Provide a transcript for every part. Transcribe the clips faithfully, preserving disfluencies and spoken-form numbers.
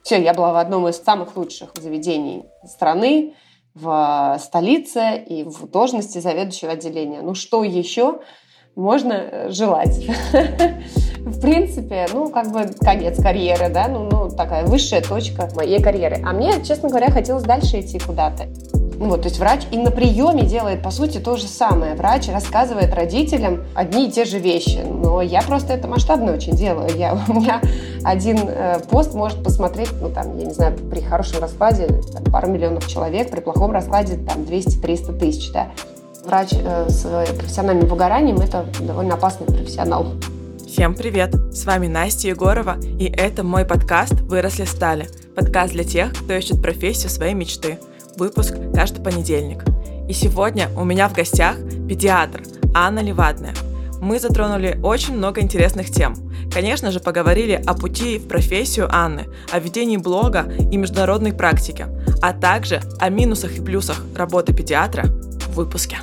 Все, я была в одном из самых лучших заведений страны, в столице и в должности заведующего отделения. Ну что еще можно желать? В принципе, ну, как бы конец карьеры, да, ну, ну, такая высшая точка моей карьеры. А мне, честно говоря, хотелось дальше идти куда-то. Ну, вот, то есть врач и на приеме делает, по сути, то же самое. Врач рассказывает родителям одни и те же вещи. Но я просто это масштабно очень делаю. Я, у меня один э, пост может посмотреть, ну, там, я не знаю, при хорошем раскладе там, пару миллионов человек, при плохом раскладе там двести-триста тысяч, да. Врач э, с профессиональным выгоранием – это довольно опасный профессионал. Всем привет! С вами Настя Егорова, и это мой подкаст «Выросли стали». Подкаст для тех, кто ищет профессию своей мечты. Выпуск каждый понедельник. И сегодня у меня в гостях педиатр Анна Левадная. Мы затронули очень много интересных тем. Конечно же, поговорили о пути в профессию Анны, о ведении блога и международной практике, а также о минусах и плюсах работы педиатра в выпуске.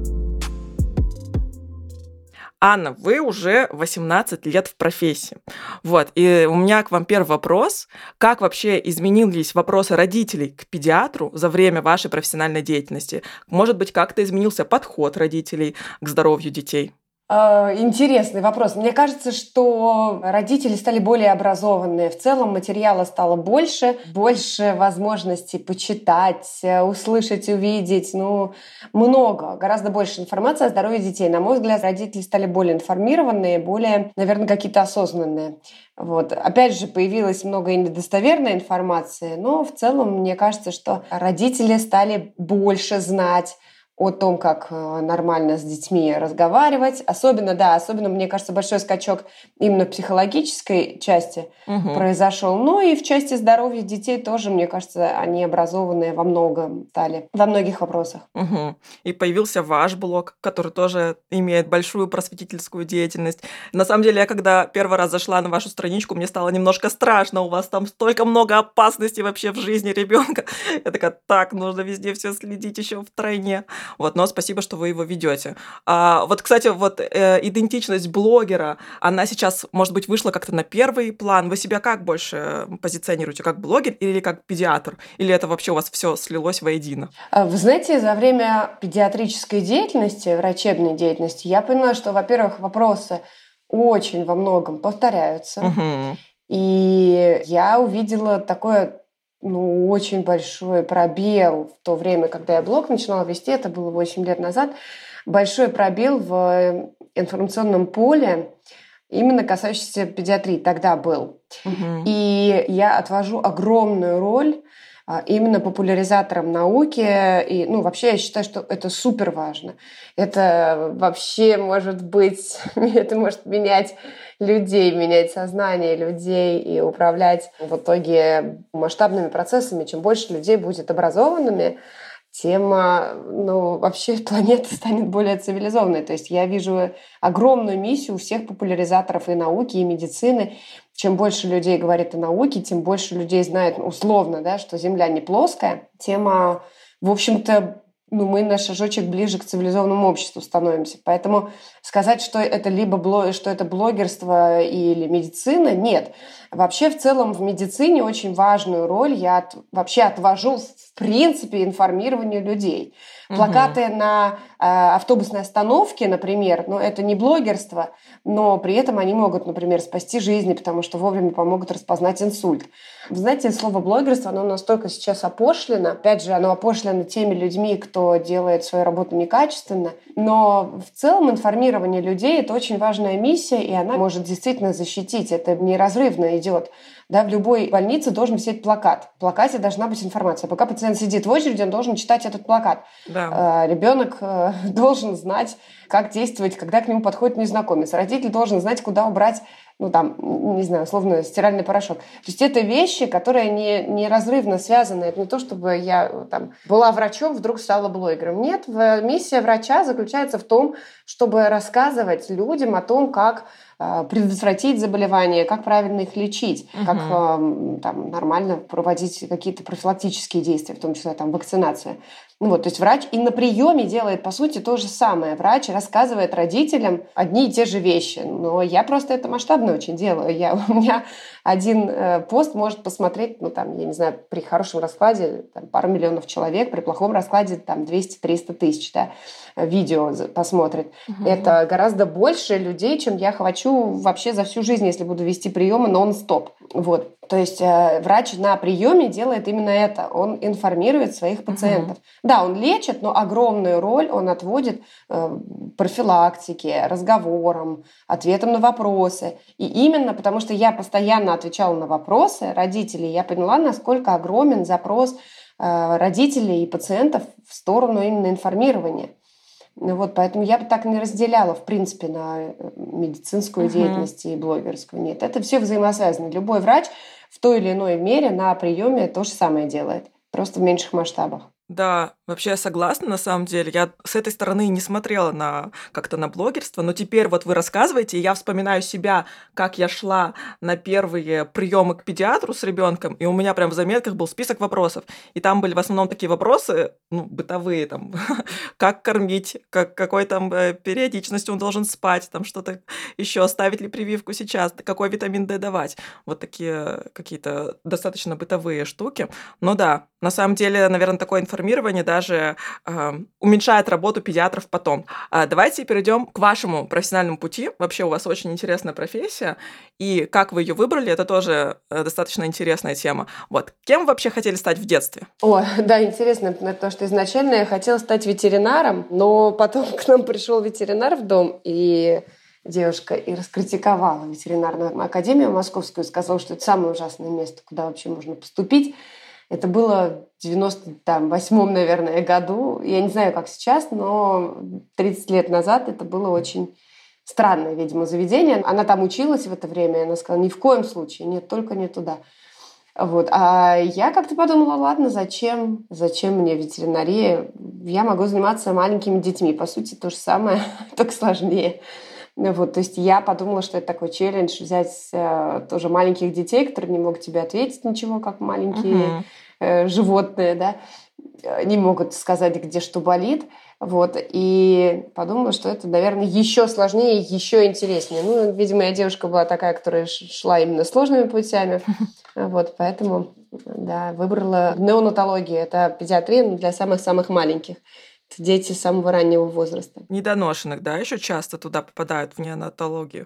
Анна, вы уже восемнадцать лет в профессии. Вот, и у меня к вам первый вопрос. Как вообще изменились вопросы родителей к педиатру за время вашей профессиональной деятельности? Может быть, как-то изменился подход родителей к здоровью детей? Интересный вопрос. Мне кажется, что родители стали более образованные. В целом материала стало больше, больше возможностей почитать, услышать, увидеть. Ну, много, гораздо больше информации о здоровье детей. На мой взгляд, родители стали более информированные, более, наверное, какие-то осознанные. Вот. Опять же, появилось много и недостоверной информации, но в целом мне кажется, что родители стали больше знать о том, как нормально с детьми разговаривать. Особенно, да, особенно, мне кажется, большой скачок именно в психологической части угу. произошел. Ну и в части здоровья детей тоже, мне кажется, они образованные во многом стали, во многих вопросах. Угу. И появился ваш блог, который тоже имеет большую просветительскую деятельность. На самом деле, я когда первый раз зашла на вашу страничку, мне стало немножко страшно. У вас там столько много опасностей вообще в жизни ребенка. Я такая, так, нужно везде все следить еще втройне. Вот, но спасибо, что вы его ведете. А, вот, кстати, вот э, идентичность блогера, она сейчас, может быть, вышла как-то на первый план. Вы себя как больше позиционируете, как блогер или как педиатр? Или это вообще у вас все слилось воедино? Вы знаете, за время педиатрической деятельности, врачебной деятельности, я поняла, что, во-первых, вопросы очень во многом повторяются. Угу. И я увидела такое... ну, очень большой пробел в то время, когда я блог начинала вести, это было восемь лет назад, большой пробел в информационном поле, именно касающийся педиатрии, тогда был. Угу. И я отвожу огромную роль именно популяризатором науки. И, ну, вообще, я считаю, что это супер важно. Это вообще может быть, это может менять людей, менять сознание людей и управлять в итоге масштабными процессами. Чем больше людей будет образованными, тем, ну, вообще планета станет более цивилизованной. То есть я вижу огромную миссию у всех популяризаторов и науки, и медицины. Чем больше людей говорит о науке, тем больше людей знает условно, да, что Земля не плоская, тем, в общем-то, ну, мы на шажочек ближе к цивилизованному обществу становимся. Поэтому сказать, что это либо блог, что это блогерство или медицина, нет. Вообще, в целом, в медицине очень важную роль я от, вообще отвожу в принципе информированию людей. Плакаты угу. на э, автобусной остановке, например, ну, это не блогерство, но при этом они могут, например, спасти жизни, потому что вовремя помогут распознать инсульт. Вы знаете, слово блогерство, оно настолько сейчас опошлено. Опять же, оно опошлено теми людьми, кто делает свою работу некачественно. Но в целом информирование людей – это очень важная миссия, и она может действительно защитить. Это неразрывно идет. Да, в любой больнице должен висеть плакат. В плакате должна быть информация. Пока пациент сидит в очереди, он должен читать этот плакат. Да. Ребенок должен знать, как действовать, когда к нему подходит незнакомец. Родитель должен знать, куда убрать, ну, там, не знаю, условно, стиральный порошок. То есть это вещи, которые не, неразрывно связаны. Это не то, чтобы я там, была врачом, вдруг стала блогером. Нет, миссия врача заключается в том, чтобы рассказывать людям о том, как предотвратить заболевания, как правильно их лечить, угу. как там, нормально проводить какие-то профилактические действия, в том числе там, вакцинация. Ну, вот, то есть врач и на приеме делает, по сути, то же самое. Врач рассказывает родителям одни и те же вещи. Но я просто это масштабно очень делаю. Я, у меня один э, пост может посмотреть, ну, там, я не знаю, при хорошем раскладе там, пару миллионов человек, при плохом раскладе там двести-триста тысяч, да, видео посмотрит. Угу. Это гораздо больше людей, чем я хочу вообще за всю жизнь, если буду вести приемы нон-стоп. Вот. То есть э, врач на приеме делает именно это. Он информирует своих пациентов. Uh-huh. Да, он лечит, но огромную роль он отводит э, профилактике, разговорам, ответам на вопросы. И именно потому, что я постоянно отвечала на вопросы родителей, я поняла, насколько огромен запрос э, родителей и пациентов в сторону именно информирования. Вот, поэтому я бы так не разделяла, в принципе, на медицинскую uh-huh. деятельность и блогерскую. Нет, это все взаимосвязано. Любой врач в той или иной мере на приеме то же самое делает, просто в меньших масштабах. Да, вообще я согласна, на самом деле. Я с этой стороны не смотрела на как-то на блогерство, но теперь вот вы рассказываете, и я вспоминаю себя, как я шла на первые приемы к педиатру с ребенком, и у меня прям в заметках был список вопросов. И там были в основном такие вопросы, ну, бытовые, там, как кормить, как, какой там периодичностью он должен спать, там что-то еще, ставить ли прививку сейчас, какой витамин D давать. Вот такие какие-то достаточно бытовые штуки. Но да, на самом деле, наверное, такой информация информирование даже э, уменьшает работу педиатров потом. А давайте перейдем к вашему профессиональному пути. Вообще у вас очень интересная профессия, и как вы ее выбрали, это тоже э, достаточно интересная тема. Вот. Кем вы вообще хотели стать в детстве? О, да, интересно, потому что изначально я хотела стать ветеринаром, но потом к нам пришел ветеринар в дом, и девушка и раскритиковала ветеринарную академию московскую, сказала, что это самое ужасное место, куда вообще можно поступить. Это было в девяносто восьмом, наверное, году. Я не знаю, как сейчас, но тридцать лет назад это было очень странное, видимо, заведение. Она там училась в это время, и она сказала, ни в коем случае, нет, только не туда. Вот. А я как-то подумала, ладно, зачем? Зачем мне ветеринария? Я могу заниматься маленькими детьми. По сути, то же самое, только сложнее. Вот, то есть я подумала, что это такой челлендж взять э, тоже маленьких детей, которые не могут тебе ответить ничего, как маленькие э, животные, да, не могут сказать, где что болит. Вот, и подумала, что это, наверное, еще сложнее, еще интереснее. Ну, видимо, я девушка была такая, которая шла именно сложными путями. Вот, поэтому, да, выбрала неонатологию. Это педиатрия для самых-самых маленьких. Дети с самого раннего возраста. Недоношенных, да, еще часто туда попадают в неонатологию.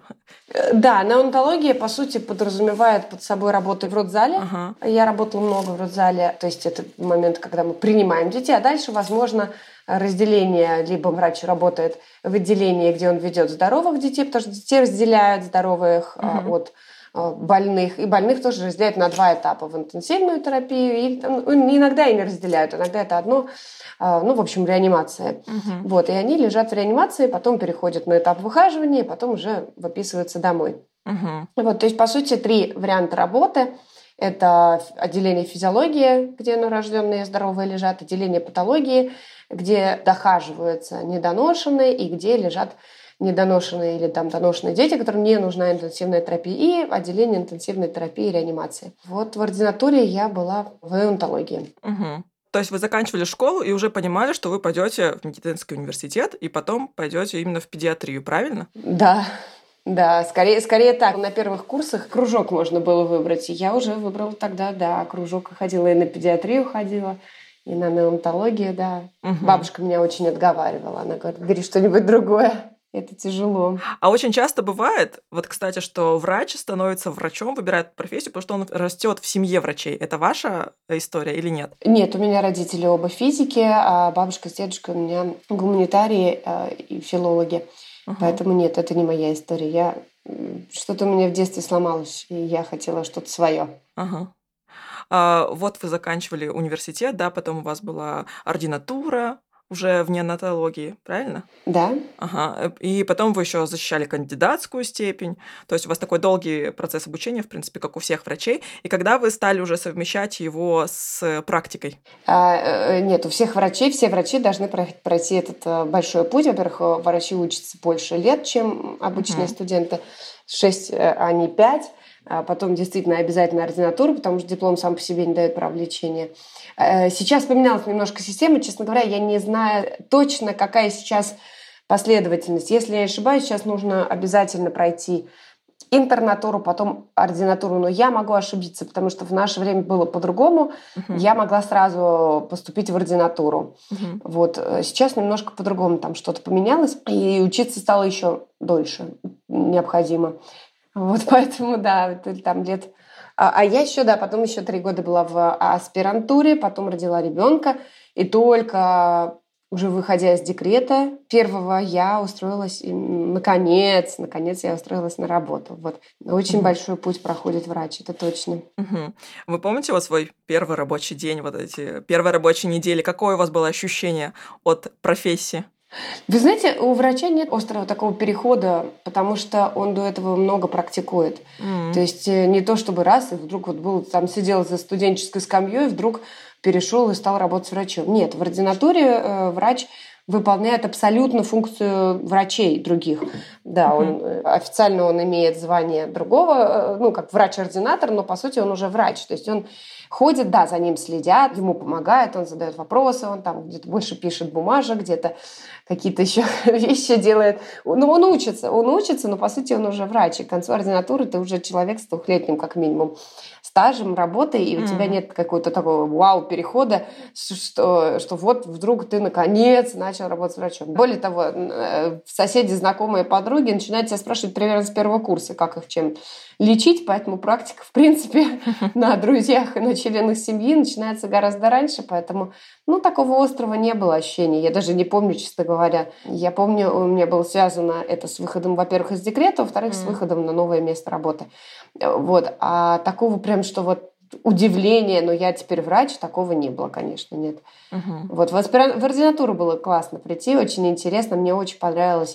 Да, неонатология, по сути, подразумевает под собой работу в родзале. Ага. Я работала много в родзале, то есть это момент, когда мы принимаем детей, а дальше, возможно, разделение, либо врач работает в отделении, где он ведет здоровых детей, потому что детей разделяют здоровых угу. от больных, и больных тоже разделяют на два этапа: в интенсивную терапию, и иногда и не разделяют, иногда это одно, ну, в общем, реанимация. Угу. Вот, и они лежат в реанимации, потом переходят на этап выхаживания, и потом уже выписываются домой. Угу. Вот, то есть, по сути, три варианта работы. Это отделение физиологии, где новорожденные здоровые лежат, отделение патологии, где дохаживаются недоношенные и где лежат недоношенные или там доношенные дети, которым не нужна интенсивная терапия, и отделение интенсивной терапии и реанимации. Вот в ординатуре я была в неонатологии. Угу. То есть вы заканчивали школу и уже понимали, что вы пойдете в медицинский университет и потом пойдете именно в педиатрию, правильно? Да. Да, скорее, скорее так. На первых курсах кружок можно было выбрать. И я уже выбрала тогда, да, кружок. Ходила и на педиатрию ходила, и на неонатологию, да. Угу. Бабушка меня очень отговаривала. Она говорит, бери что-нибудь другое. Это тяжело. А очень часто бывает, вот, кстати, что врач становится врачом, выбирает профессию, потому что он растет в семье врачей. Это ваша история или нет? Нет, у меня родители оба физики, а бабушка с дедушкой у меня гуманитарии и филологи. Uh-huh. Поэтому нет, это не моя история. Я... Что-то у меня в детстве сломалось, и я хотела что-то свое. Uh-huh. А, вот вы заканчивали университет, да, потом у вас была ординатура уже в неонатологии, правильно? Да. Ага. И потом вы еще защищали кандидатскую степень. То есть у вас такой долгий процесс обучения, в принципе, как у всех врачей. И когда вы стали уже совмещать его с практикой? А, нет, у всех врачей, все врачи должны пройти этот большой путь. Во-первых, врачи учатся больше лет, чем обычные uh-huh. студенты. Шесть, а не пять. А потом действительно обязательно ординатура, потому что диплом сам по себе не дает права лечения. Сейчас поменялась немножко система. Честно говоря, я не знаю точно, какая сейчас последовательность. Если я не ошибаюсь, сейчас нужно обязательно пройти интернатуру, потом ординатуру, но я могу ошибиться, потому что в наше время было по-другому. Uh-huh. Я могла сразу поступить в ординатуру. Uh-huh. Вот. Сейчас немножко по-другому там что-то поменялось, и учиться стало еще дольше необходимо. Вот поэтому, да, там лет... А, а я еще, да, потом еще три года была в аспирантуре, потом родила ребенка, и только... Уже выходя из декрета первого, я устроилась, наконец, наконец я устроилась на работу. Вот. Очень угу. большой путь проходит врач, это точно. Угу. Вы помните вот свой первый рабочий день, вот эти первые рабочие недели? Какое у вас было ощущение от профессии? Вы знаете, у врача нет острого такого перехода, потому что он до этого много практикует. Mm-hmm. То есть не то чтобы раз, и вдруг вот был, там сидел за студенческой скамьей, вдруг перешел и стал работать врачом. Нет, в ординатуре э, врач выполняет абсолютно функцию врачей других. Да, mm-hmm. он, официально он имеет звание другого, ну, как врач-ординатор, но по сути он уже врач. То есть он ходит, да, за ним следят, ему помогают, он задает вопросы, он там где-то больше пишет бумажек, где-то какие-то еще вещи делает. Ну, он учится, он учится, но по сути он уже врач. И к концу ординатуры ты уже человек с двухлетним, как минимум, стажем работы, и у mm. тебя нет какого-то такого вау-перехода, что, что вот вдруг ты наконец начал работать врачом. Более того, соседи, знакомые, подруги начинают тебя спрашивать примерно с первого курса, как их чем лечить, поэтому практика, в принципе, на друзьях и на членах семьи начинается гораздо раньше, поэтому, ну, такого острого не было ощущения. Я даже не помню, честно говоря. Я помню, у меня было связано это с выходом, во-первых, из декрета, во-вторых, mm. с выходом на новое место работы. Вот. А такого прям, что вот удивление, но я теперь врач, такого не было, конечно, нет. Uh-huh. Вот. В, аспиран... в ординатуру было классно прийти, очень интересно, мне очень понравилось.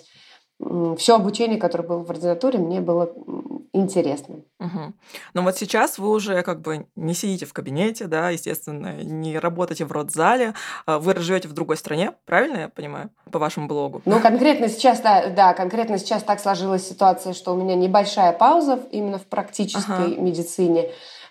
Все обучение, которое было в ординатуре, мне было интересно. Угу. Но вот сейчас вы уже как бы не сидите в кабинете, да, естественно, не работаете в родзале, вы живете в другой стране, правильно я понимаю, по вашему блогу? Ну, конкретно сейчас, да, да, конкретно сейчас так сложилась ситуация, что у меня небольшая пауза именно в практической ага. медицине,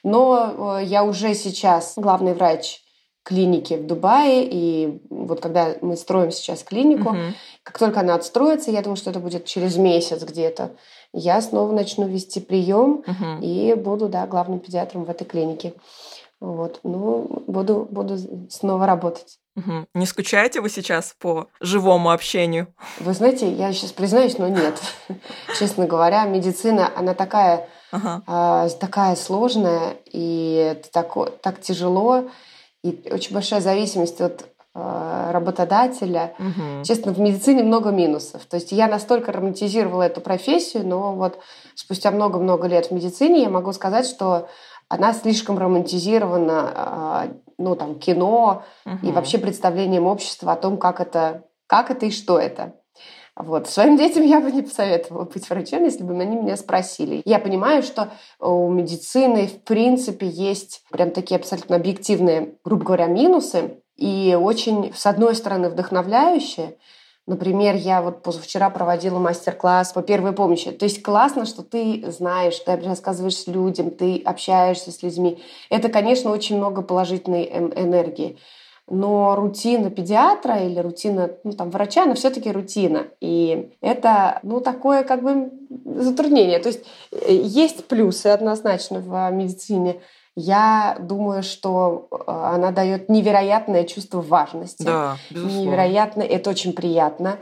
но я уже сейчас главный врач клиники в Дубае, и вот когда мы строим сейчас клинику, uh-huh. как только она отстроится, я думаю, что это будет через месяц где-то, я снова начну вести прием uh-huh. и буду, да, главным педиатром в этой клинике. Вот, ну, буду, буду снова работать. Uh-huh. Не скучаете вы сейчас по живому общению? Вы знаете, я сейчас признаюсь, но нет. Честно говоря, медицина, она такая, uh-huh. такая сложная, и так, так тяжело. И очень большая зависимость от э, работодателя. Угу. Честно, в медицине много минусов. То есть я настолько романтизировала эту профессию, но вот спустя много-много лет в медицине я могу сказать, что она слишком романтизирована, э, ну, там, кино угу. и вообще представлением общества о том, как это, как это и что это. Вот. Своим детям я бы не посоветовала быть врачом, если бы они меня спросили. Я понимаю, что у медицины, в принципе, есть прям такие абсолютно объективные, грубо говоря, минусы. И очень, с одной стороны, вдохновляющие. Например, я вот позавчера проводила мастер-класс по первой помощи. То есть классно, что ты знаешь, ты рассказываешь людям, ты общаешься с людьми. Это, конечно, очень много положительной энергии. Но рутина педиатра или рутина, ну, там, врача, она все-таки рутина. И это, ну, такое как бы затруднение. То есть есть плюсы однозначно в медицине. Я думаю, что она дает невероятное чувство важности. Да, безусловно. Невероятно, это очень приятно.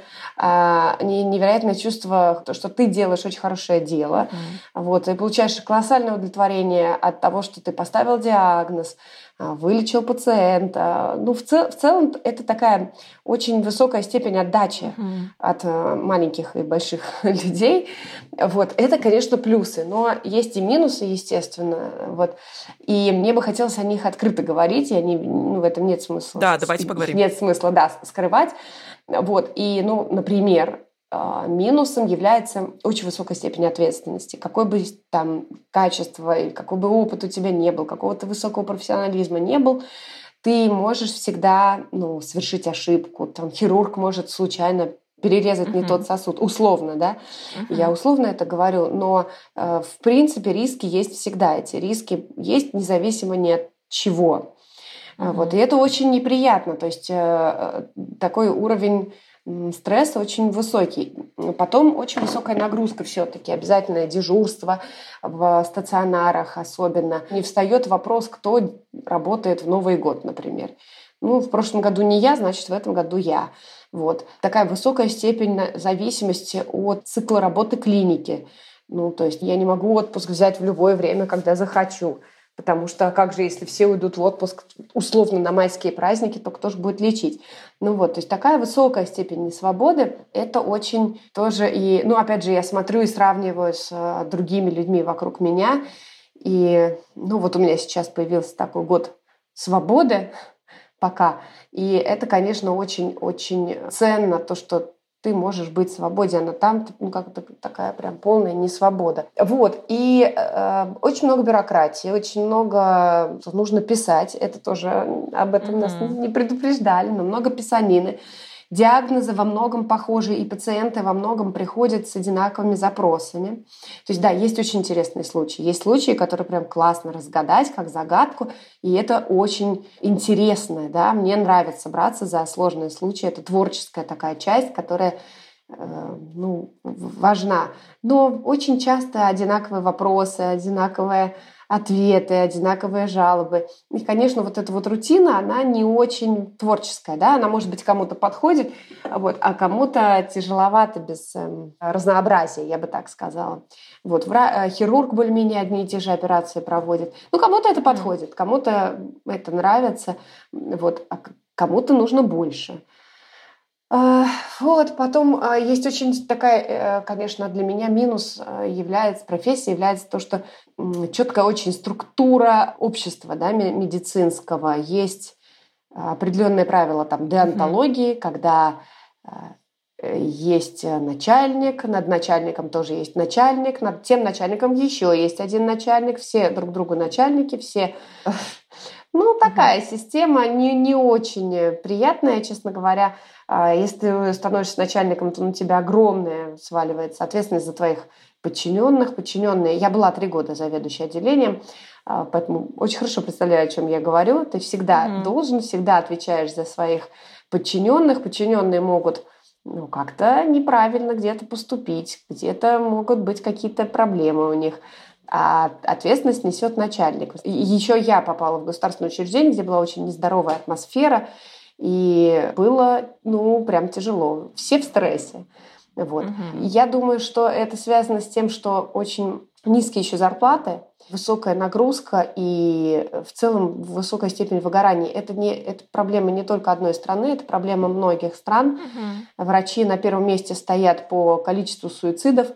Невероятное чувство, что ты делаешь очень хорошее дело. Mm. Вот, и получаешь колоссальное удовлетворение от того, что ты поставил диагноз, вылечил пациента. Ну, в, цел, в целом это такая очень высокая степень отдачи mm. от маленьких и больших людей. Вот. Это, конечно, плюсы, но есть и минусы, естественно. Вот. И мне бы хотелось о них открыто говорить, и они, ну, в этом нет смысла. Да, давайте поговорим. Нет смысла, да, скрывать. Вот. И, ну, например, минусом является очень высокая степень ответственности. Какое бы там качество, какой бы опыт у тебя не был, какого-то высокого профессионализма не был, ты можешь всегда, ну, совершить ошибку. Там хирург может случайно перерезать uh-huh. не тот сосуд, условно, да, uh-huh. я условно это говорю, но э, в принципе риски есть всегда, эти риски есть независимо ни от чего. Uh-huh. Вот, и это очень неприятно, то есть э, такой уровень стресс очень высокий. Потом очень высокая нагрузка все-таки, обязательное дежурство в стационарах особенно. Не встает вопрос, кто работает в Новый год, например. Ну, в прошлом году не я, значит, в этом году я. Вот. Такая высокая степень зависимости от цикла работы клиники. Ну, то есть я не могу отпуск взять в любое время, когда захочу. Потому что как же, если все уйдут в отпуск условно на майские праздники, то кто же будет лечить? Ну вот, то есть такая высокая степень несвободы, это очень тоже и... Ну, опять же, я смотрю и сравниваю с другими людьми вокруг меня. И, ну, вот у меня сейчас появился такой год свободы пока. И это, конечно, очень-очень ценно, то, что ты можешь быть свободен, а там ну, как-то такая прям полная несвобода. Вот. И э, очень много бюрократии, очень много нужно писать. Это тоже об этом mm-hmm. нас не предупреждали, но много писанины. Диагнозы во многом похожи, и пациенты во многом приходят с одинаковыми запросами. То есть, да, есть очень интересные случаи. Есть случаи, которые прям классно разгадать, как загадку, и это очень интересно. Да? Мне нравится браться за сложные случаи. Это творческая такая часть, которая э, ну, важна. Но очень часто одинаковые вопросы, одинаковые ответы, одинаковые жалобы. И, конечно, вот эта вот рутина, она не очень творческая, да, она, может быть, кому-то подходит, вот, а кому-то тяжеловато без э, разнообразия, я бы так сказала. Вот, вра- хирург более-менее одни и те же операции проводит. Ну, кому-то это подходит, кому-то это нравится, вот, а кому-то нужно больше. Вот, потом есть очень такая, конечно, для меня минус является, профессия является то, что четкая очень структура общества, да, медицинского. Есть определенные правила там деонтологии, mm-hmm. когда есть начальник, над начальником тоже есть начальник, над тем начальником еще есть один начальник, все друг другу начальники, все... Ну, такая uh-huh. система не, не очень приятная, честно говоря. Если ты становишься начальником, то на тебя огромная сваливается ответственность за твоих подчиненных. Подчиненные. Я была три года заведующей отделением, поэтому очень хорошо представляю, о чем я говорю. Ты всегда uh-huh. должен, всегда отвечаешь за своих подчиненных. Подчиненные могут ну, как-то неправильно где-то поступить, где-то могут быть какие-то проблемы у них. А ответственность несет начальник. И еще я попала в государственное учреждение, где была очень нездоровая атмосфера, и было, ну, прям тяжело. Все в стрессе. Вот. Угу. Я думаю, что это связано с тем, что очень низкие еще зарплаты, высокая нагрузка и в целом высокая степень выгорания. Это, не, это проблема не только одной страны, это проблема многих стран. Угу. Врачи на первом месте стоят по количеству суицидов.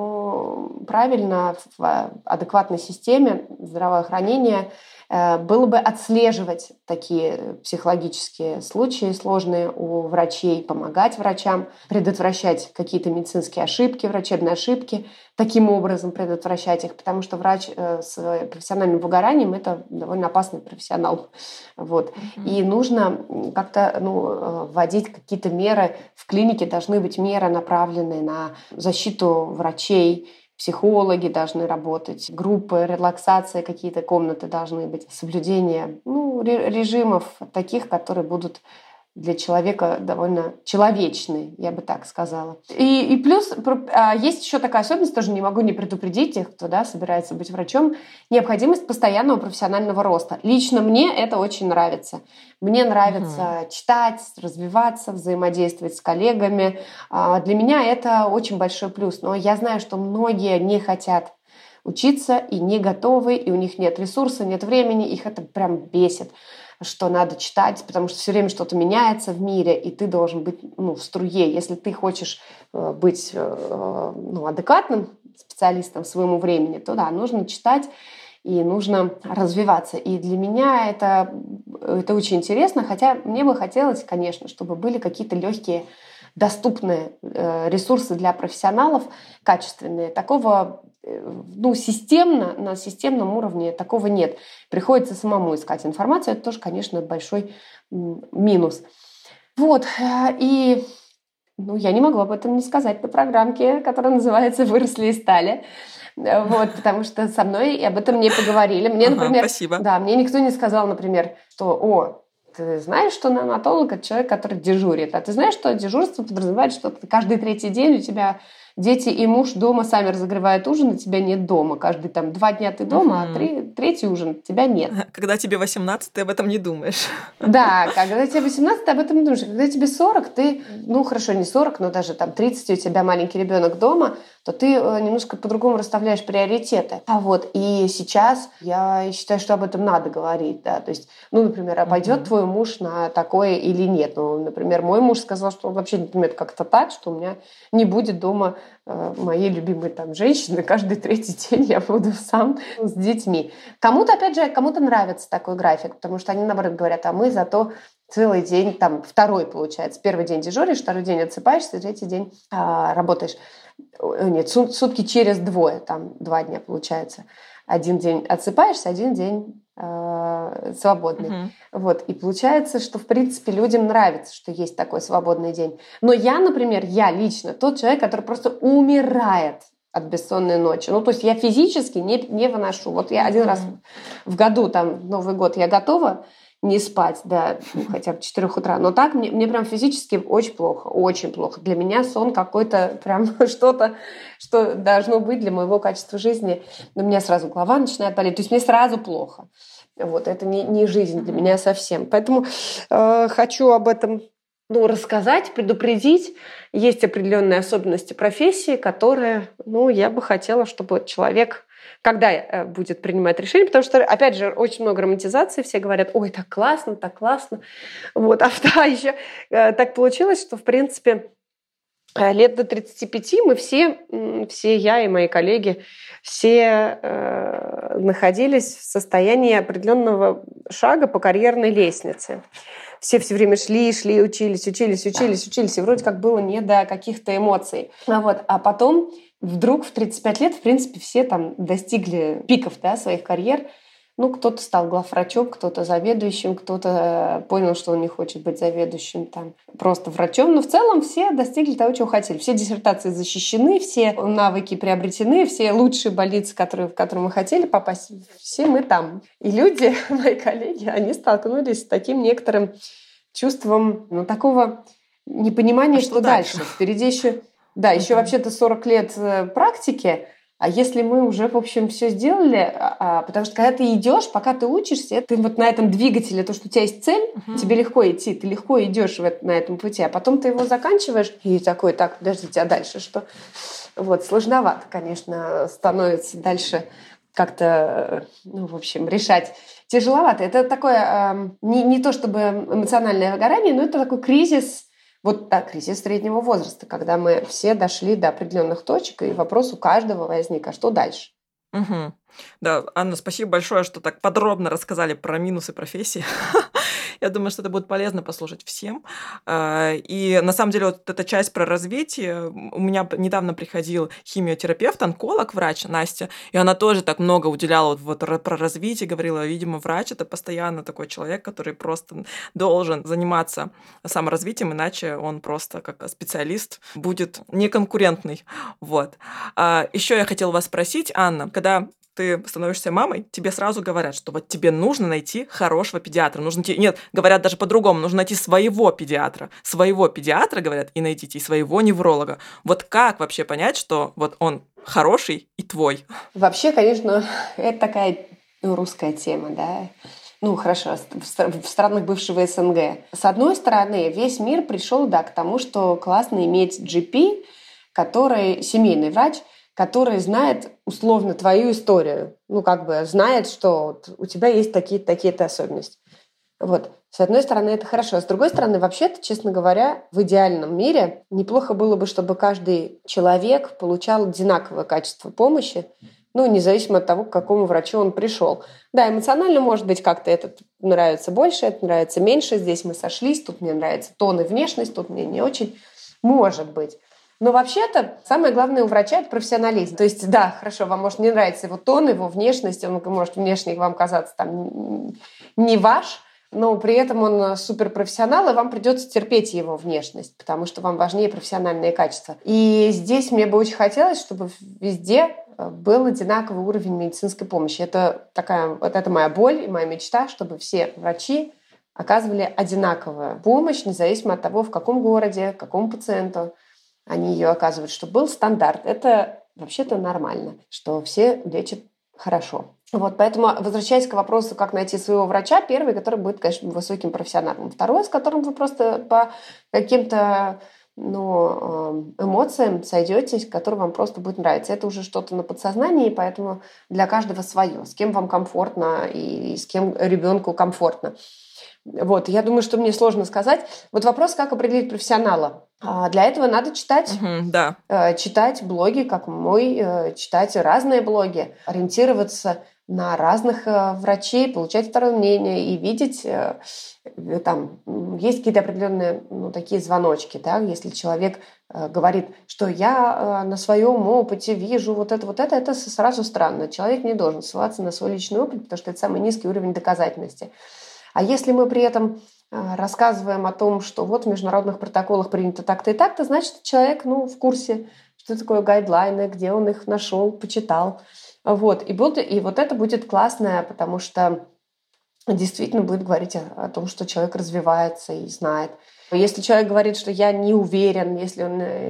Но правильно в адекватной системе здравоохранения было бы отслеживать такие психологические случаи сложные у врачей, помогать врачам, предотвращать какие-то медицинские ошибки, врачебные ошибки, таким образом предотвращать их, потому что врач с профессиональным выгоранием – это довольно опасный профессионал. Вот. Mm-hmm. И нужно как-то ну, вводить какие-то меры. В клинике должны быть меры, направленные на защиту врачей, психологи должны работать, группы, релаксация, какие-то комнаты должны быть, соблюдение ну, режимов таких, которые будут для человека довольно человечные, я бы так сказала. И, и плюс есть еще такая особенность, тоже не могу не предупредить тех, кто да, собирается быть врачом, необходимость постоянного профессионального роста. Лично мне это очень нравится. Мне нравится угу. читать, развиваться, взаимодействовать с коллегами. Для меня это очень большой плюс. Но я знаю, что многие не хотят учиться и не готовы, и у них нет ресурса, нет времени, их это прям бесит, что надо читать, потому что все время что-то меняется в мире, и ты должен быть ну, в струе. Если ты хочешь быть ну, адекватным специалистом своему времени, то да, нужно читать и нужно развиваться. И для меня это, это очень интересно, хотя мне бы хотелось, конечно, чтобы были какие-то легкие, доступные ресурсы для профессионалов, качественные. Такого ну, системно, на системном уровне такого нет. Приходится самому искать информацию. Это тоже, конечно, большой минус. Вот. И ну, я не могу об этом не сказать на программке, которая называется «Выросли из стали». Вот, потому что со мной об этом не поговорили. Мне, например, ага, спасибо. Да, мне никто не сказал, например, что «О, ты знаешь, что неонатолог – это человек, который дежурит. А ты знаешь, что дежурство подразумевает, что каждый третий день у тебя дети и муж дома сами разогревают ужин, и тебя нет дома. Каждый там два дня ты дома, угу. а три, третий ужин тебя нет. Когда тебе восемнадцать, ты об этом не думаешь. Да, когда тебе восемнадцать, ты об этом не думаешь. Когда тебе сорок, ты, ну хорошо, не сорок, но даже там тридцать, у тебя маленький ребенок дома, то ты немножко по-другому расставляешь приоритеты. А вот и сейчас я считаю, что об этом надо говорить, да. То есть, ну, например, а пойдет mm-hmm. твой муж на такое или нет? Ну, например, мой муж сказал, что он вообще не понимает как-то так, что у меня не будет дома э, моей любимой там женщины. Каждый третий день я буду сам с детьми. Кому-то, опять же, кому-то нравится такой график, потому что они, наоборот, говорят, а мы зато целый день, там, второй, получается. Первый день дежуришь, второй день отсыпаешься, третий день э, работаешь. Нет, сутки через двое, там два дня получается. Один день отсыпаешься, один день э, свободный. Uh-huh. Вот. И получается, что в принципе людям нравится, что есть такой свободный день. Но я, например, я лично тот человек, который просто умирает от бессонной ночи. Ну, то есть я физически не, не выношу. Вот я один uh-huh. раз в году, там, Новый год, я готова не спать до ну, хотя бы четырёх утра. Но так мне, мне прям физически очень плохо, очень плохо. Для меня сон какой-то прям что-то, что должно быть для моего качества жизни. Но у меня сразу голова начинает болеть. То есть мне сразу плохо. Вот, это не, не жизнь для меня совсем. Поэтому э, хочу об этом ну, рассказать, предупредить. Есть определенные особенности профессии, которые, ну, я бы хотела, чтобы человек... когда будет принимать решение, потому что, опять же, очень много романтизации, все говорят, ой, так классно, так классно. Вот. А да, еще так получилось, что, в принципе, лет до тридцати пяти мы все, все я и мои коллеги, все э, находились в состоянии определенного шага по карьерной лестнице. Все все время шли, шли, учились, учились, учились, учились, и вроде как было не до каких-то эмоций. А, вот. а потом вдруг в тридцать пять лет, в принципе, все там достигли пиков да, своих карьер. Ну, кто-то стал главврачом, кто-то заведующим, кто-то понял, что он не хочет быть заведующим, там, просто врачом. Но в целом все достигли того, чего хотели. Все диссертации защищены, все навыки приобретены, все лучшие больницы, которые, в которые мы хотели попасть, все мы там. И люди, мои коллеги, они столкнулись с таким некоторым чувством ну, такого непонимания, а что, что дальше. дальше. Впереди еще, да, еще вообще-то сорок лет практики. А если мы уже, в общем, все сделали, а, потому что когда ты идешь, пока ты учишься, ты вот на этом двигателе, то, что у тебя есть цель, uh-huh. тебе легко идти, ты легко идешь в это, на этом пути, а потом ты его заканчиваешь и такой, так, подождите, а дальше что? Вот, сложновато, конечно, становится дальше как-то, ну, в общем, решать. Тяжеловато. Это такое, э, не, не то чтобы эмоциональное выгорание, но это такой кризис, Вот да, кризис среднего возраста, когда мы все дошли до определенных точек, и вопрос у каждого возник, а что дальше? Мгм. Да, Анна, спасибо большое, что так подробно рассказали про минусы профессии. Я думаю, что это будет полезно послушать всем. А, И на самом деле вот эта часть про развитие, м, у меня п- недавно приходил химиотерапевт, онколог, врач Настя, и она тоже так много уделяла вот, вот ра- про развитие, говорила, видимо, врач это постоянно такой человек, который просто должен заниматься саморазвитием, иначе он просто как специалист будет неконкурентный. Вот. Еще я хотела вас спросить, Анна, когда ты становишься мамой, тебе сразу говорят, что вот тебе нужно найти хорошего педиатра. Нужно те- Нет, говорят даже по-другому, нужно найти своего педиатра. Своего педиатра, говорят, и найдите, и своего невролога. Вот как вообще понять, что вот он хороший и твой? Вообще, конечно, это такая ну, русская тема, да. Ну, хорошо, в стра- в странах бывшего СНГ. С одной стороны, весь мир пришел, да, к тому, что классно иметь джи пи, который семейный врач, который знает условно твою историю. Ну, как бы знает, что вот у тебя есть такие-то, такие-то особенности. Вот. С одной стороны, это хорошо. А с другой стороны, вообще-то, честно говоря, в идеальном мире неплохо было бы, чтобы каждый человек получал одинаковое качество помощи, ну, независимо от того, к какому врачу он пришел. Да, эмоционально, может быть, как-то этот нравится больше, это нравится меньше. Здесь мы сошлись, тут мне нравится тон и внешность, тут мне не очень. Может быть. Но вообще-то самое главное у врача – это профессионализм. То есть, да, хорошо, вам может не нравиться его тон, его внешность, он может внешне вам казаться там не ваш, но при этом он суперпрофессионал, и вам придется терпеть его внешность, потому что вам важнее профессиональные качества. И здесь мне бы очень хотелось, чтобы везде был одинаковый уровень медицинской помощи. Это такая, вот это моя боль и моя мечта, чтобы все врачи оказывали одинаковую помощь, независимо от того, в каком городе, какому пациенту они ее оказывают, чтобы был стандарт. Это вообще-то нормально, что все лечат хорошо. Вот, поэтому, возвращаясь к вопросу, как найти своего врача, первый, который будет, конечно, высоким профессионалом. Второй, с которым вы просто по каким-то ну, эмоциям сойдетесь, который вам просто будет нравиться. Это уже что-то на подсознании, поэтому для каждого свое. С кем вам комфортно и с кем ребенку комфортно. Вот, я думаю, что мне сложно сказать. Вот вопрос, как определить профессионала. Для этого надо читать, угу, да. читать блоги, как мой, читать разные блоги, ориентироваться на разных врачей, получать второе мнение и видеть, там, есть какие-то определенные ну, такие звоночки, да, если человек говорит, что я на своем опыте вижу вот это, вот это, это сразу странно. Человек не должен ссылаться на свой личный опыт, потому что это самый низкий уровень доказательности. А если мы при этом рассказываем о том, что вот в международных протоколах принято так-то и так-то, значит, человек ну, в курсе, что такое гайдлайны, где он их нашел, почитал. Вот. И, буду, и вот это будет классно, потому что действительно будет говорить о, о том, что человек развивается и знает. Если человек говорит, что я не уверен, если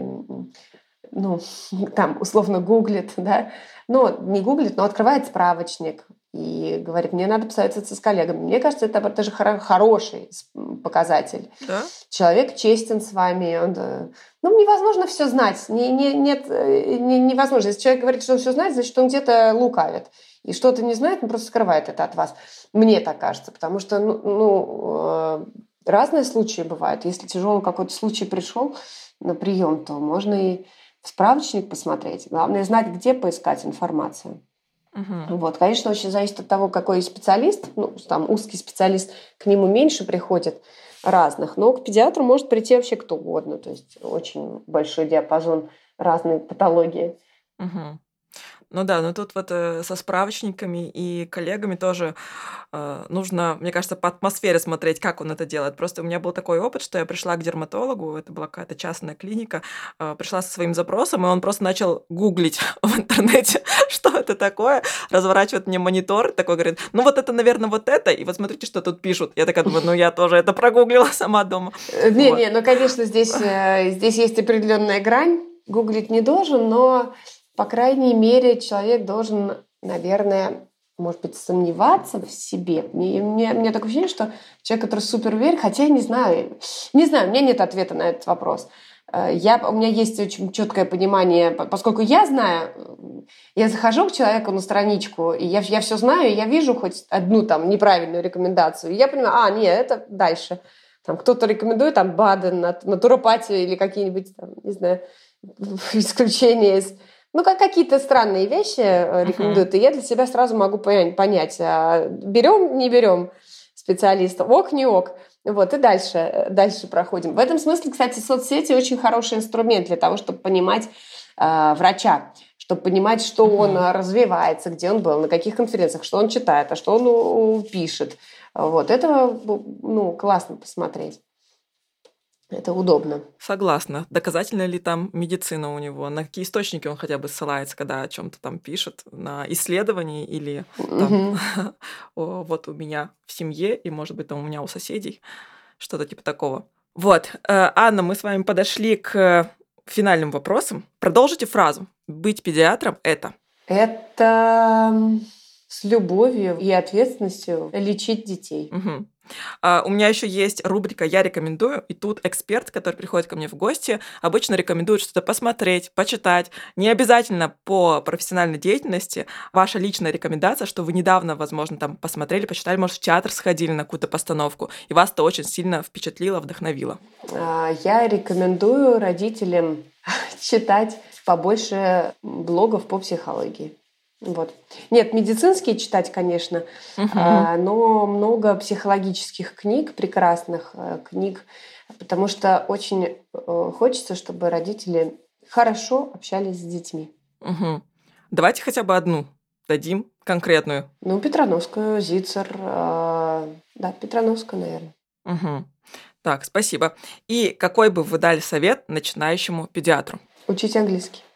он ну, там, условно гуглит, да, ну, не гуглит, но открывает справочник, и говорит, мне надо посоветоваться с коллегами. Мне кажется, это даже хороший показатель. Да? Человек честен с вами. Он, ну, невозможно все знать. Не, не, нет, не, невозможно. Если человек говорит, что он все знает, значит, он где-то лукавит. И что-то не знает, он просто скрывает это от вас. Мне так кажется. Потому что ну, ну, разные случаи бывают. Если тяжелый какой-то случай пришел на прием, то можно и в справочник посмотреть. Главное знать, где поискать информацию. Угу. Вот, конечно, очень зависит от того, какой специалист. Ну, там узкий специалист, к нему меньше приходит разных, но к педиатру может прийти вообще кто угодно. То есть очень большой диапазон разной патологии. Угу. Ну да, но тут вот э, со справочниками и коллегами тоже э, нужно, мне кажется, по атмосфере смотреть, как он это делает. Просто у меня был такой опыт, что я пришла к дерматологу, это была какая-то частная клиника, э, пришла со своим запросом, и он просто начал гуглить в интернете, что это такое, разворачивает мне монитор, такой говорит, ну вот это, наверное, вот это, и вот смотрите, что тут пишут. Я такая думаю, ну я тоже это прогуглила сама дома. Не-не, вот. Ну, конечно, здесь, здесь есть определенная грань, гуглить не должен, но по крайней мере, человек должен, наверное, может быть, сомневаться в себе. Мне, мне, мне такое ощущение, что человек, который супер уверен, хотя я не знаю, не знаю, у меня нет ответа на этот вопрос. Я, у меня есть очень четкое понимание, поскольку я знаю, я захожу к человеку на страничку, и я, я все знаю, и я вижу хоть одну там неправильную рекомендацию, и я понимаю, а, нет, это дальше. Там кто-то рекомендует там БАДы, натуропатию или какие-нибудь, там, не знаю, исключения из... Ну, как какие-то странные вещи рекомендуют, uh-huh. и я для себя сразу могу понять, берем, не берем специалиста, ок, не ок. Вот, и дальше, дальше проходим. В этом смысле, кстати, соцсети очень хороший инструмент для того, чтобы понимать э, врача, чтобы понимать, что uh-huh. он развивается, где он был, на каких конференциях, что он читает, а что он ну, пишет. Вот, это ну, классно посмотреть. Это удобно. Согласна. Доказательна ли там медицина у него? На какие источники он хотя бы ссылается, когда о чем-то там пишет? На исследования или там, Мгм. «О, вот у меня в семье, и, может быть, там у меня у соседей», что-то типа такого. Вот. Э, Анна, мы с вами подошли к финальным вопросам. Продолжите фразу. Быть педиатром – это? Это с любовью и ответственностью лечить детей. Мгм. А, у меня еще есть рубрика «Я рекомендую», и тут эксперт, который приходит ко мне в гости, обычно рекомендует что-то посмотреть, почитать. Не обязательно по профессиональной деятельности. Ваша личная рекомендация, что вы недавно, возможно, там посмотрели, почитали, может, в театр сходили на какую-то постановку, и вас это очень сильно впечатлило, вдохновило. А, Я рекомендую родителям читать побольше блогов по психологии. Вот. Нет, медицинские читать, конечно, Мгм. а, но много психологических книг, прекрасных э, книг, потому что очень э, хочется, чтобы родители хорошо общались с детьми. Мгм. Давайте хотя бы одну дадим, конкретную. Ну, Петрановскую, Зицер, э, да, Петрановскую, наверное. Мгм. Так, спасибо. И какой бы вы дали совет начинающему педиатру? Учить английский.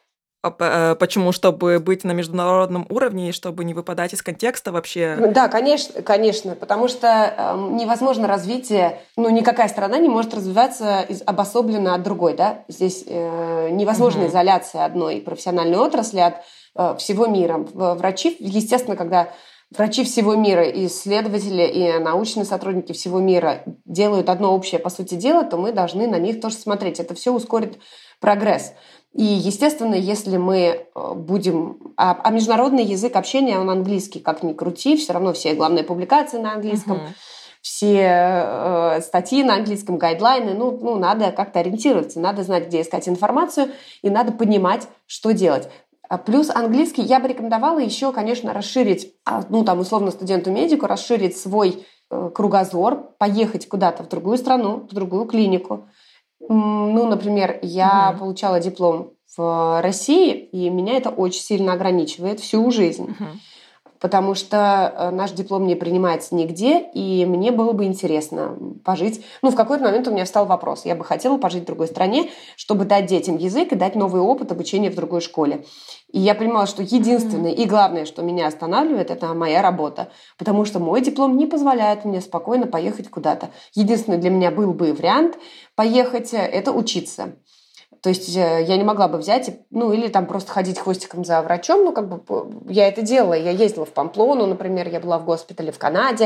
А почему? Чтобы быть на международном уровне и чтобы не выпадать из контекста вообще? Да, конечно, конечно, потому что э, невозможно развитие, ну, никакая страна не может развиваться из, обособленно от другой, да? Здесь э, невозможна угу. изоляция одной профессиональной отрасли от э, всего мира. Врачи, естественно, когда врачи всего мира, и исследователи, и научные сотрудники всего мира делают одно общее, по сути дела, то мы должны на них тоже смотреть. Это все ускорит прогресс. И, естественно, если мы будем... А, а международный язык общения, он английский, как ни крути, все равно все главные публикации на английском, uh-huh. все э, статьи на английском, гайдлайны, ну, ну, надо как-то ориентироваться, надо знать, где искать информацию, и надо понимать, что делать. Плюс английский я бы рекомендовала еще, конечно, расширить, ну, там, условно, студенту-медику, расширить свой э, кругозор, поехать куда-то в другую страну, в другую клинику. Ну, например, я угу. получала диплом в России, и меня это очень сильно ограничивает всю жизнь. Угу. Потому что наш диплом не принимается нигде, и мне было бы интересно пожить. Ну, в какой-то момент у меня встал вопрос. Я бы хотела пожить в другой стране, чтобы дать детям язык и дать новый опыт обучения в другой школе. И я понимала, что единственное и главное, что меня останавливает, это моя работа. Потому что мой диплом не позволяет мне спокойно поехать куда-то. Единственный для меня был бы вариант поехать – это учиться. То есть я не могла бы взять, ну, или там просто ходить хвостиком за врачом. Ну, как бы я это делала. Я ездила в Памплону, например, я была в госпитале в Канаде,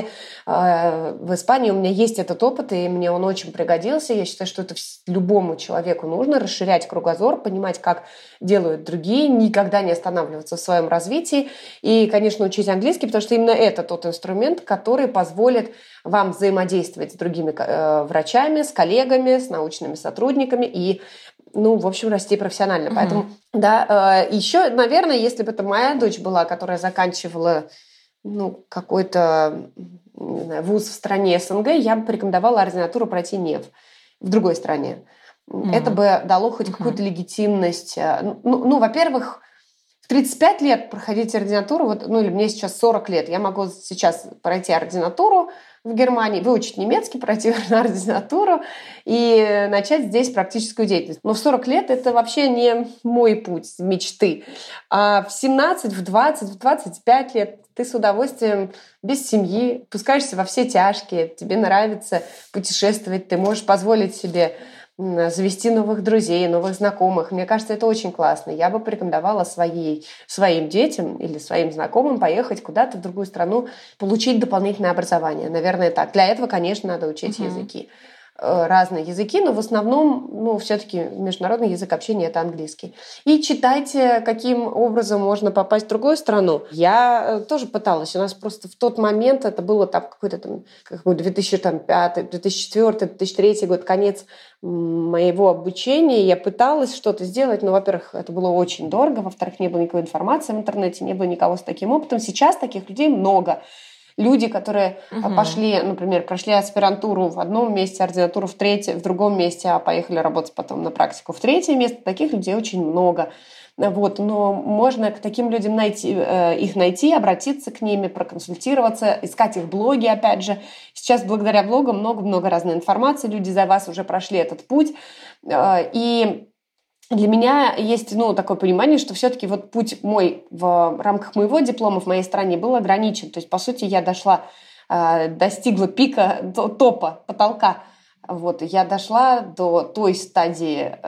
в Испании. У меня есть этот опыт, и мне он очень пригодился. Я считаю, что это любому человеку нужно расширять кругозор, понимать, как делают другие, никогда не останавливаться в своем развитии. И, конечно, учить английский, потому что именно это тот инструмент, который позволит вам взаимодействовать с другими врачами, с коллегами, с научными сотрудниками и ну, в общем, расти профессионально. Uh-huh. Поэтому, да, э, еще, наверное, если бы это моя дочь была, которая заканчивала, ну, какой-то, не знаю, вуз в стране СНГ, я бы порекомендовала ординатуру пройти не в, в другой стране. Uh-huh. Это бы дало хоть uh-huh. какую-то легитимность. Ну, ну, во-первых, в тридцать пять лет проходить ординатуру, вот, ну, или мне сейчас сорок лет, я могу сейчас пройти ординатуру в Германии, выучить немецкий, пройти на ординатуру и начать здесь практическую деятельность. Но в сорок лет это вообще не мой путь мечты. А в семнадцать, в двадцать, в двадцать пять лет ты с удовольствием без семьи пускаешься во все тяжкие, тебе нравится путешествовать, ты можешь позволить себе завести новых друзей, новых знакомых. Мне кажется, это очень классно. Я бы порекомендовала своей, своим детям или своим знакомым поехать куда-то в другую страну, получить дополнительное образование. Наверное, так. Для этого, конечно, надо учить uh-huh. языки. Разные языки, но в основном, ну, все-таки международный язык общения – это английский. И читайте, каким образом можно попасть в другую страну. Я тоже пыталась. У нас просто в тот момент, это было там какой-то там, какой две тысячи пятый, две тысячи четвёртый, две тысячи третий год, конец моего обучения. Я пыталась что-то сделать, но, во-первых, это было очень дорого, во-вторых, не было никакой информации в интернете, не было никого с таким опытом. Сейчас таких людей много. Люди, которые угу. пошли, например, прошли аспирантуру в одном месте, ординатуру в третьем, в другом месте, а поехали работать потом на практику в третье место, таких людей очень много. Вот, но можно к таким людям найти, их найти, обратиться к ним, проконсультироваться, искать их блоги, опять же. Сейчас благодаря блогам много-много разной информации, люди за вас уже прошли этот путь. И для меня есть, ну, такое понимание, что все-таки вот путь мой в рамках моего диплома в моей стране был ограничен. То есть, по сути, я дошла, достигла пика, топа, потолка. Вот, я дошла до той стадии,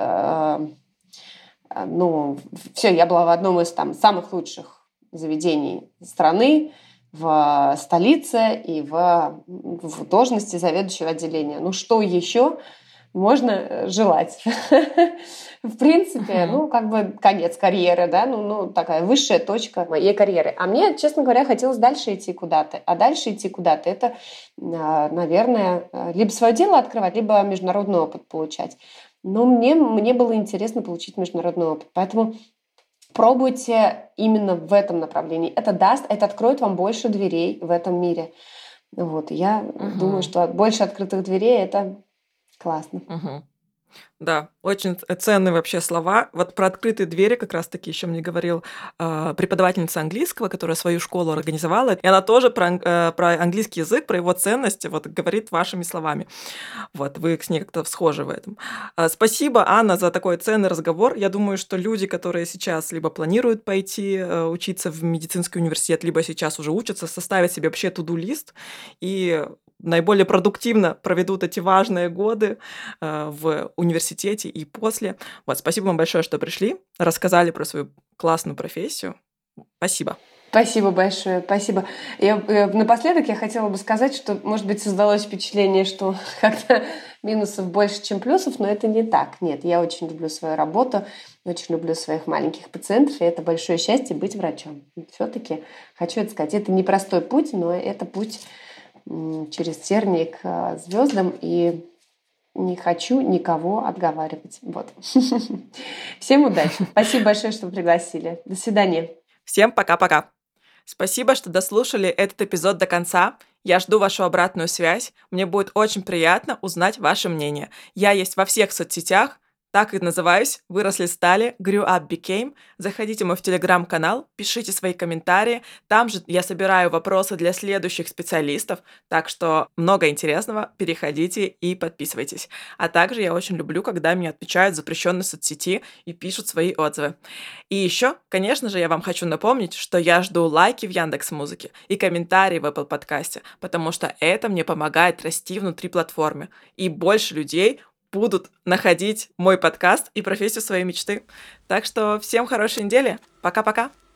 ну, все, я была в одном из там самых лучших заведений страны, в столице и в, в должности заведующего отделения. Ну, что еще можно желать? В принципе, uh-huh. ну, как бы конец карьеры, да, ну, ну, такая высшая точка моей карьеры. А мне, честно говоря, хотелось дальше идти куда-то. А дальше идти куда-то, это, наверное, либо свое дело открывать, либо международный опыт получать. Но мне, мне было интересно получить международный опыт. Поэтому пробуйте именно в этом направлении. Это даст, это откроет вам больше дверей в этом мире. Вот, я uh-huh. думаю, что больше открытых дверей – это классно. Uh-huh. Да, очень ценные вообще слова. Вот про открытые двери как раз-таки еще мне говорил э, преподавательница английского, которая свою школу организовала, и она тоже про, э, про английский язык, про его ценности вот говорит вашими словами. Вот, вы с ней как-то схожи в этом. А, Спасибо, Анна, за такой ценный разговор. Я думаю, что люди, которые сейчас либо планируют пойти э, учиться в медицинский университет, либо сейчас уже учатся, составят себе вообще туду-лист и наиболее продуктивно проведут эти важные годы э, в университете и после. Вот, спасибо вам большое, что пришли, рассказали про свою классную профессию. Спасибо. Спасибо большое, спасибо. Я, э, напоследок я хотела бы сказать, что, может быть, создалось впечатление, что как-то минусов больше, чем плюсов, но это не так. Нет, я очень люблю свою работу, очень люблю своих маленьких пациентов, и это большое счастье быть врачом. Все-таки хочу это сказать. Это непростой путь, но это путь м, через тернии к звездам, и не хочу никого отговаривать. Вот. Всем удачи. Спасибо большое, что пригласили. До свидания. Всем пока-пока. Спасибо, что дослушали этот эпизод до конца. Я жду вашу обратную связь. Мне будет очень приятно узнать ваше мнение. Я есть во всех соцсетях. Так и называюсь. Выросли стали. Grew up became. Заходите в мой телеграм-канал, пишите свои комментарии. Там же я собираю вопросы для следующих специалистов. Так что много интересного. Переходите и подписывайтесь. А также я очень люблю, когда мне отвечают в запрещенной соцсети и пишут свои отзывы. И еще, конечно же, я вам хочу напомнить, что я жду лайки в Яндекс.Музыке и комментарии в Apple подкасте, потому что это мне помогает расти внутри платформы. И больше людей будут находить мой подкаст и профессию своей мечты. Так что всем хорошей недели. Пока-пока.